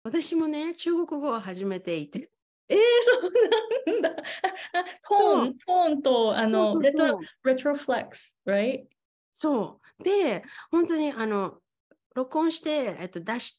私もね、中国語を始めていて。 そうなんだ。トーンと、レトロフレックス、right? そう。で、本当に、録音して、出して、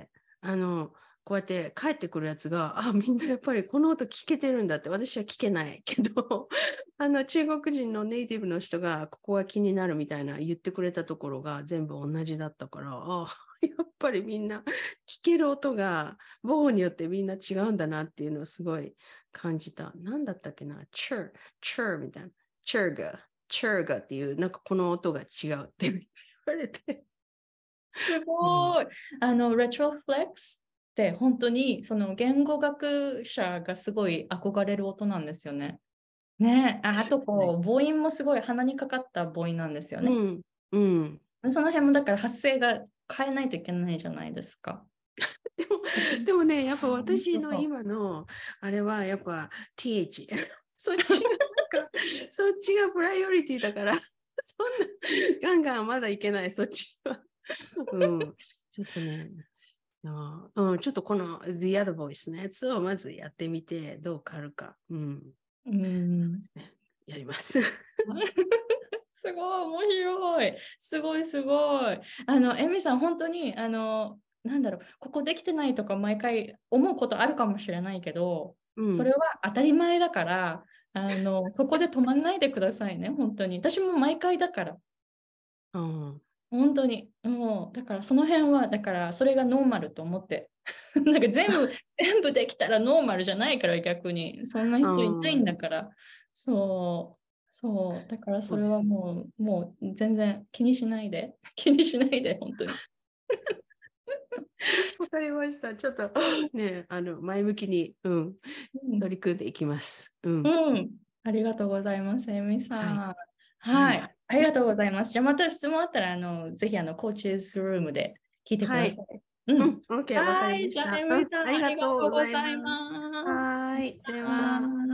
こうやって帰ってくるやつが、あ、みんなやっぱりこの音聞けてるんだって、私は聞けないけど、中国人のネイティブの人が、ここが気になるみたいな言ってくれたところが全部同じだったから、あ、やっぱりみんな聞ける音が母語によってみんな違うんだなっていうのをすごい感じた。なんだったっけな、チューみたいな、チューガっていう、なんかこの音が違うって言われて。 すごい。レトロフレックスって本当にその言語学者がすごい憧れる音なんですよね。ね、あとこう母音もすごい鼻にかかった母音なんですよね。 うん、うん。 その辺もだから発声が変えないといけないじゃないですか。 でも、でもね、やっぱ面私の白そう。 今の、あれはやっぱ TH。そっちがなんか、そっちがプライオリティだから、そんな、ガンガンまだいけない、そっちは。うん。ちょっとね、ちょっとこの The Other Voice のやつをまずやってみて、どう変わるか。うん。 うん。 そうですね。やります。 すごい、面白い。すごい、すごい。エミさん、本当に、なんだろう、ここできてないとか毎回思うことあるかもしれないけど、それうん。 は当たり前だから、そこで止まんないでくださいね、本当に。私も毎回だから、 うん。 本当に。もう、だからその辺は、だからそれがノーマルと思って。なんか全部できたらノーマルじゃないから、逆に。そんなう人いないんん。 だから。そう。そう。だからそれはそうですね。 もう全然気にしないで。気にしないで、本当に。 わかりました。ちょっとね、前向きに、うん、 うん。 取り組んでいきます。うん。 うん。ありがとうございます、エミはい。 さん。 はい。 はい。ありがとうございます。じゃあまた質問あったら、ぜひ、コーチーズルームで聞いてくはい。 ださい。ううん。 ん。 OK、わかりはい。じゃあ、 ました。 エうん。 ミさん、 ありがありがとうごとうございざいます。 ます。 はい。では。 はい。